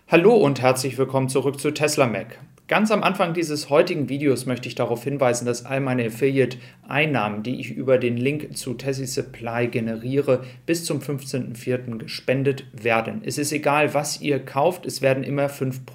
Hallo und herzlich willkommen zurück zu Tesla Mac. Ganz am Anfang dieses heutigen Videos möchte ich darauf hinweisen, dass all meine Affiliate-Einnahmen, die ich über den Link zu Tessie Supply generiere, bis zum 15.04. gespendet werden. Es ist egal, was ihr kauft, es werden immer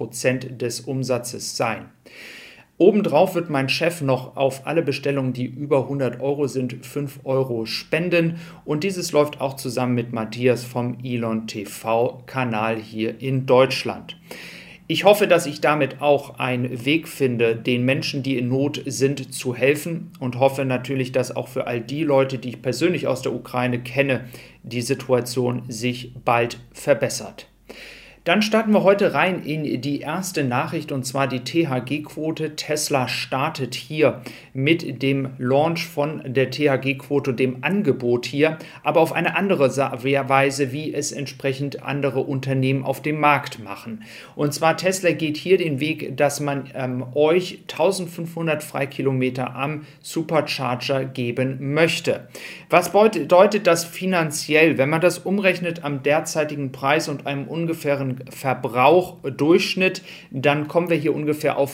5% des Umsatzes sein. Obendrauf wird mein Chef noch auf alle Bestellungen, die über 100 Euro sind, 5 Euro spenden. Und dieses läuft auch zusammen mit Matthias vom Elon TV-Kanal hier in Deutschland. Ich hoffe, dass ich damit auch einen Weg finde, den Menschen, die in Not sind, zu helfen und hoffe natürlich, dass auch für all die Leute, die ich persönlich aus der Ukraine kenne, die Situation sich bald verbessert. Dann starten wir heute rein in die erste Nachricht, und zwar die THG-Quote. Tesla startet hier mit dem Launch von der THG-Quote, dem Angebot hier, aber auf eine andere Weise, wie es entsprechend andere Unternehmen auf dem Markt machen. Und zwar Tesla geht hier den Weg, dass man euch 1500 Freikilometer am Supercharger geben möchte. Was bedeutet das finanziell, wenn man das umrechnet am derzeitigen Preis und einem ungefähren Verbrauchdurchschnitt, dann kommen wir hier ungefähr auf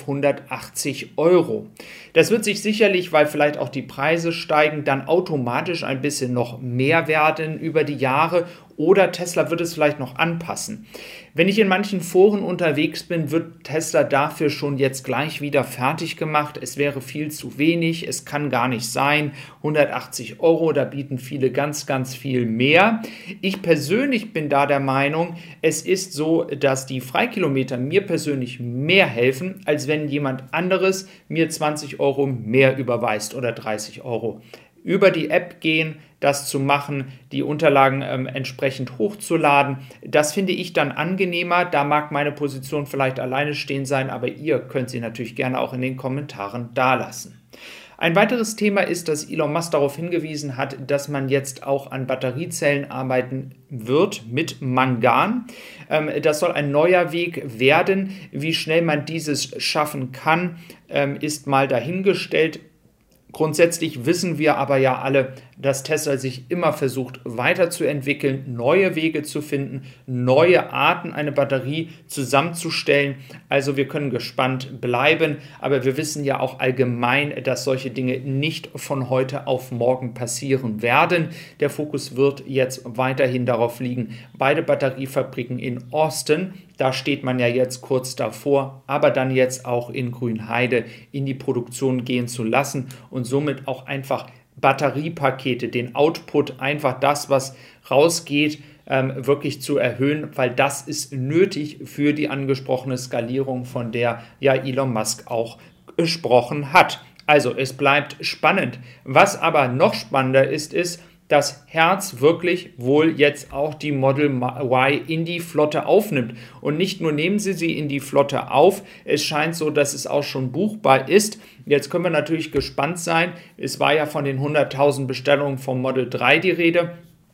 180 Euro. Das wird sich sicherlich, weil vielleicht auch die Preise steigen, dann automatisch ein bisschen noch mehr werden über die Jahre, oder Tesla wird es vielleicht noch anpassen. Wenn ich in manchen Foren unterwegs bin, wird Tesla dafür schon jetzt gleich wieder fertig gemacht. Es wäre viel zu wenig, es kann gar nicht sein. 180 Euro, da bieten viele ganz, ganz viel mehr. Ich persönlich bin da der Meinung, es ist so, dass die Freikilometer mir persönlich mehr helfen, als wenn jemand anderes mir 20 Euro mehr überweist oder 30 Euro. Über die App gehen, das zu machen, die Unterlagen entsprechend hochzuladen, das finde ich dann angenehmer. Da mag meine Position vielleicht alleine stehen sein, aber ihr könnt sie natürlich gerne auch in den Kommentaren dalassen. Ein weiteres Thema ist, dass Elon Musk darauf hingewiesen hat, dass man jetzt auch an Batteriezellen arbeiten wird mit Mangan. Das soll ein neuer Weg werden. Wie schnell man dieses schaffen kann, ist mal dahingestellt. Grundsätzlich wissen wir aber ja alle, dass Tesla sich immer versucht weiterzuentwickeln, neue Wege zu finden, neue Arten, eine Batterie zusammenzustellen. Also wir können gespannt bleiben, aber wir wissen ja auch allgemein, dass solche Dinge nicht von heute auf morgen passieren werden. Der Fokus wird jetzt weiterhin darauf liegen, beide Batteriefabriken in Austin, da steht man ja jetzt kurz davor, aber dann jetzt auch in Grünheide in die Produktion gehen zu lassen und somit auch einfach Batteriepakete, den Output, einfach das, was rausgeht, wirklich zu erhöhen, weil das ist nötig für die angesprochene Skalierung, von der ja Elon Musk auch gesprochen hat. Also es bleibt spannend. Was aber noch spannender ist, dass Hertz wirklich wohl jetzt auch die Model Y in die Flotte aufnimmt. Und nicht nur nehmen sie in die Flotte auf, es scheint so, dass es auch schon buchbar ist. Jetzt können wir natürlich gespannt sein. Es war ja von den 100.000 Bestellungen vom Model 3 die Rede.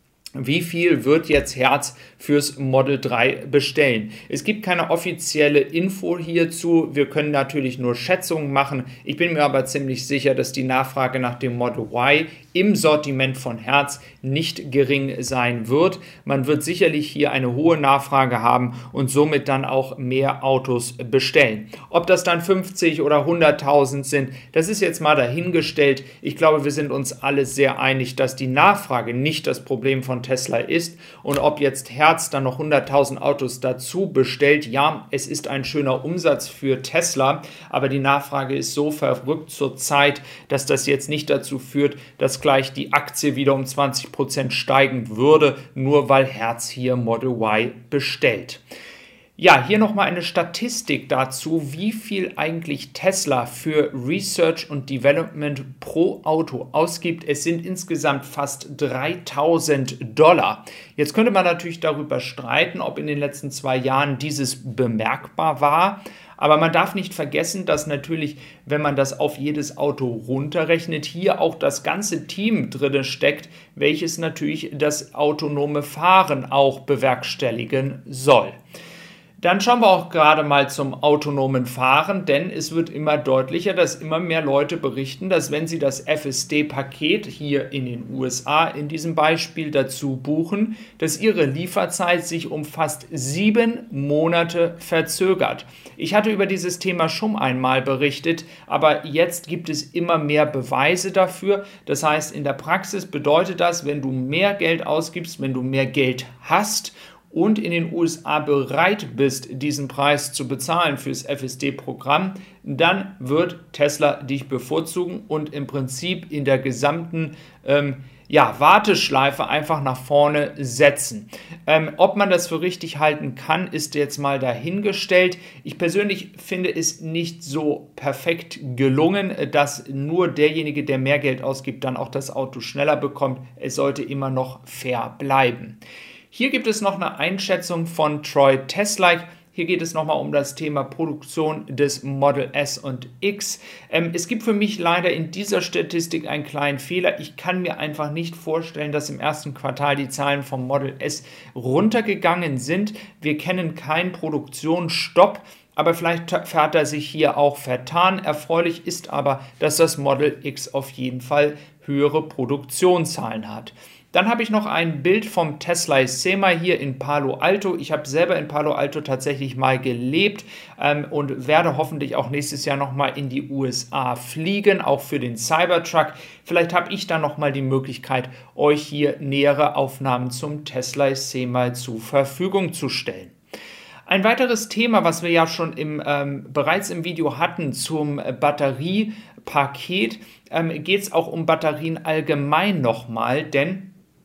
Wie viel wird jetzt Hertz fürs Model 3 bestellen? Es gibt keine offizielle Info hierzu. Wir können natürlich nur Schätzungen machen. Ich bin mir aber ziemlich sicher, dass die Nachfrage nach dem Model Y im Sortiment von Hertz nicht gering sein wird. Man wird sicherlich hier eine hohe Nachfrage haben und somit dann auch mehr Autos bestellen. Ob das dann 50 oder 100.000 sind, das ist jetzt mal dahingestellt. Ich glaube, wir sind uns alle sehr einig, dass die Nachfrage nicht das Problem von Tesla ist, und ob jetzt Hertz dann noch 100.000 Autos dazu bestellt, ja, es ist ein schöner Umsatz für Tesla, aber die Nachfrage ist so verrückt zurzeit, dass das jetzt nicht dazu führt, dass gleich die Aktie wieder um 20% steigen würde, nur weil Hertz hier Model Y bestellt. Ja, hier nochmal eine Statistik dazu, wie viel eigentlich Tesla für Research und Development pro Auto ausgibt. Es sind insgesamt fast $3.000. Jetzt könnte man natürlich darüber streiten, ob in den letzten 2 Jahren dieses bemerkbar war. Aber man darf nicht vergessen, dass natürlich, wenn man das auf jedes Auto runterrechnet, hier auch das ganze Team drin steckt, welches natürlich das autonome Fahren auch bewerkstelligen soll. Dann schauen wir auch gerade mal zum autonomen Fahren, denn es wird immer deutlicher, dass immer mehr Leute berichten, dass wenn sie das FSD-Paket hier in den USA in diesem Beispiel dazu buchen, dass ihre Lieferzeit sich um fast 7 Monate verzögert. Ich hatte über dieses Thema schon einmal berichtet, aber jetzt gibt es immer mehr Beweise dafür. Das heißt, in der Praxis bedeutet das, wenn du mehr Geld ausgibst, wenn du mehr Geld hast und in den USA bereit bist, diesen Preis zu bezahlen fürs FSD-Programm, dann wird Tesla dich bevorzugen und im Prinzip in der gesamten Warteschleife einfach nach vorne setzen. Ob man das für richtig halten kann, ist jetzt mal dahingestellt. Ich persönlich finde es nicht so perfekt gelungen, dass nur derjenige, der mehr Geld ausgibt, dann auch das Auto schneller bekommt. Es sollte immer noch fair bleiben. Hier gibt es noch eine Einschätzung von Troy Teslike. Hier geht es nochmal um das Thema Produktion des Model S und X. Es gibt für mich leider in dieser Statistik einen kleinen Fehler. Ich kann mir einfach nicht vorstellen, dass im ersten Quartal die Zahlen vom Model S runtergegangen sind. Wir kennen keinen Produktionsstopp. Aber vielleicht hat er sich hier auch vertan. Erfreulich ist aber, dass das Model X auf jeden Fall höhere Produktionszahlen hat. Dann habe ich noch ein Bild vom Tesla SEMA hier in Palo Alto. Ich habe selber in Palo Alto tatsächlich mal gelebt und werde hoffentlich auch nächstes Jahr nochmal in die USA fliegen, auch für den Cybertruck. Vielleicht habe ich dann nochmal die Möglichkeit, euch hier nähere Aufnahmen zum Tesla SEMA zur Verfügung zu stellen. Ein weiteres Thema, was wir ja schon bereits im Video hatten zum Batteriepaket, geht es auch um Batterien allgemein nochmal, denn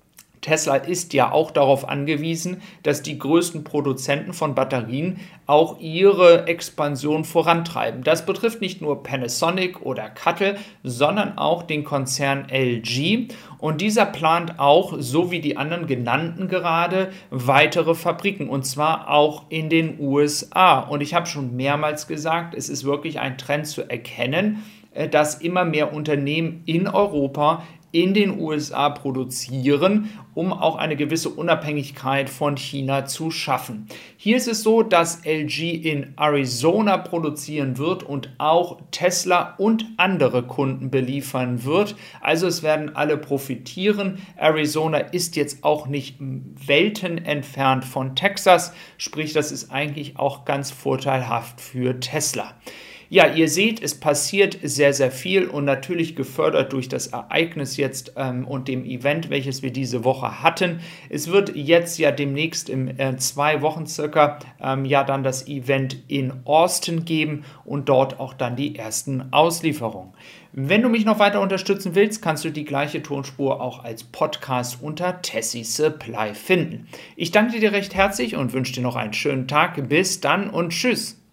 Tesla ist ja auch darauf angewiesen, dass die größten Produzenten von Batterien auch ihre Expansion vorantreiben. Das betrifft nicht nur Panasonic oder CATL, sondern auch den Konzern LG. Und dieser plant auch, so wie die anderen genannten gerade, weitere Fabriken, und zwar auch in den USA. Und ich habe schon mehrmals gesagt, es ist wirklich ein Trend zu erkennen, dass immer mehr Unternehmen in Europa in den USA produzieren, um auch eine gewisse Unabhängigkeit von China zu schaffen. Hier ist es so, dass LG in Arizona produzieren wird und auch Tesla und andere Kunden beliefern wird. Also es werden alle profitieren. Arizona ist jetzt auch nicht Welten entfernt von Texas, sprich, das ist eigentlich auch ganz vorteilhaft für Tesla. Ja, ihr seht, es passiert sehr, sehr viel und natürlich gefördert durch das Ereignis jetzt und dem Event, welches wir diese Woche hatten. Es wird jetzt ja demnächst in 2 Wochen circa dann das Event in Austin geben und dort auch dann die ersten Auslieferungen. Wenn du mich noch weiter unterstützen willst, kannst du die gleiche Tonspur auch als Podcast unter Tessie Supply finden. Ich danke dir recht herzlich und wünsche dir noch einen schönen Tag. Bis dann und tschüss.